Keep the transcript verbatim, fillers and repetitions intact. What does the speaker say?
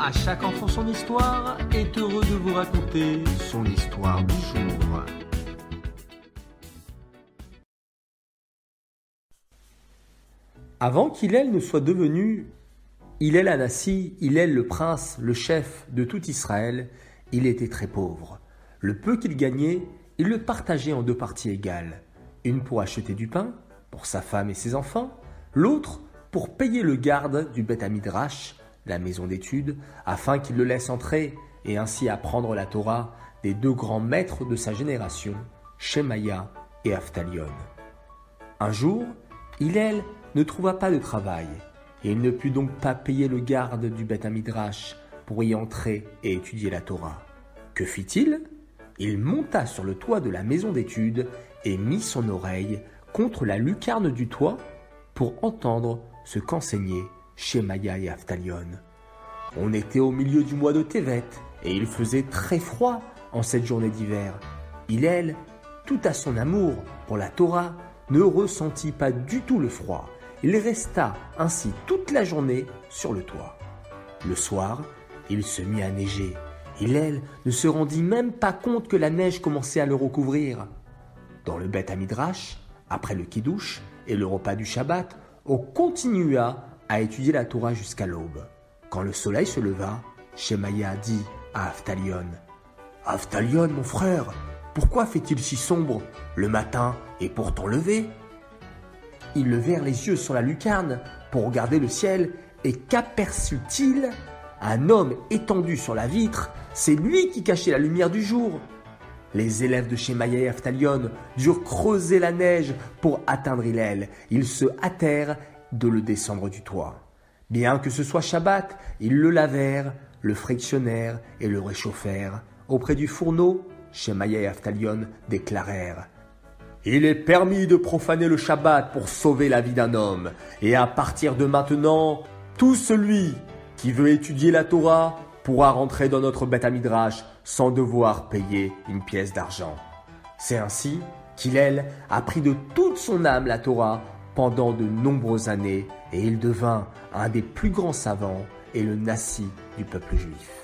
À chaque enfant son histoire est heureux de vous raconter son histoire du jour. Avant qu'Hillel ne soit devenu Hillel Hanassi, Hillel le prince, le chef de tout Israël, il était très pauvre. Le peu qu'il gagnait, il le partageait en deux parties égales. Une pour acheter du pain, pour sa femme et ses enfants, l'autre pour payer le garde du Beth Amidrash, la maison d'études, afin qu'il le laisse entrer et ainsi apprendre la Torah des deux grands maîtres de sa génération, Shemaya et Avtalion. Un jour, Hillel ne trouva pas de travail et il ne put donc pas payer le garde du Beth Amidrash pour y entrer et étudier la Torah. Que fit-il ? Il monta sur le toit de la maison d'études et mit son oreille contre la lucarne du toit pour entendre ce qu'enseignaient Shemaya et Avtalion. On était au milieu du mois de Tevet et il faisait très froid en cette journée d'hiver. Hillel, tout à son amour pour la Torah, ne ressentit pas du tout le froid. Il resta ainsi toute la journée sur le toit. Le soir, il se mit à neiger. Hillel ne se rendit même pas compte que la neige commençait à le recouvrir. Dans le Beth Amidrash, après le Kiddush et le repas du Shabbat, on continua à étudier la Torah jusqu'à l'aube. Quand le soleil se leva, Shemaya dit à Avtalion : « Avtalion, mon frère, pourquoi fait-il si sombre ? Le matin est pourtant levé. » Ils levèrent les yeux sur la lucarne pour regarder le ciel, et qu'aperçut-il ? Un homme étendu sur la vitre, c'est lui qui cachait la lumière du jour. Les élèves de Shemaya et Avtalion durent creuser la neige pour atteindre Hillel. Ils se hâtèrent de le descendre du toit. Bien que ce soit Shabbat, ils le lavèrent, le frictionnèrent et le réchauffèrent. Auprès du fourneau, Shemaya et Avtalion déclarèrent : « Il est permis de profaner le Shabbat pour sauver la vie d'un homme. Et à partir de maintenant, tout celui qui veut étudier la Torah pourra rentrer dans notre Beth Amidrash sans devoir payer une pièce d'argent. » C'est ainsi qu'Hillel apprit de toute son âme la Torah pendant de nombreuses années et il devint un des plus grands savants et le Nassi du peuple juif.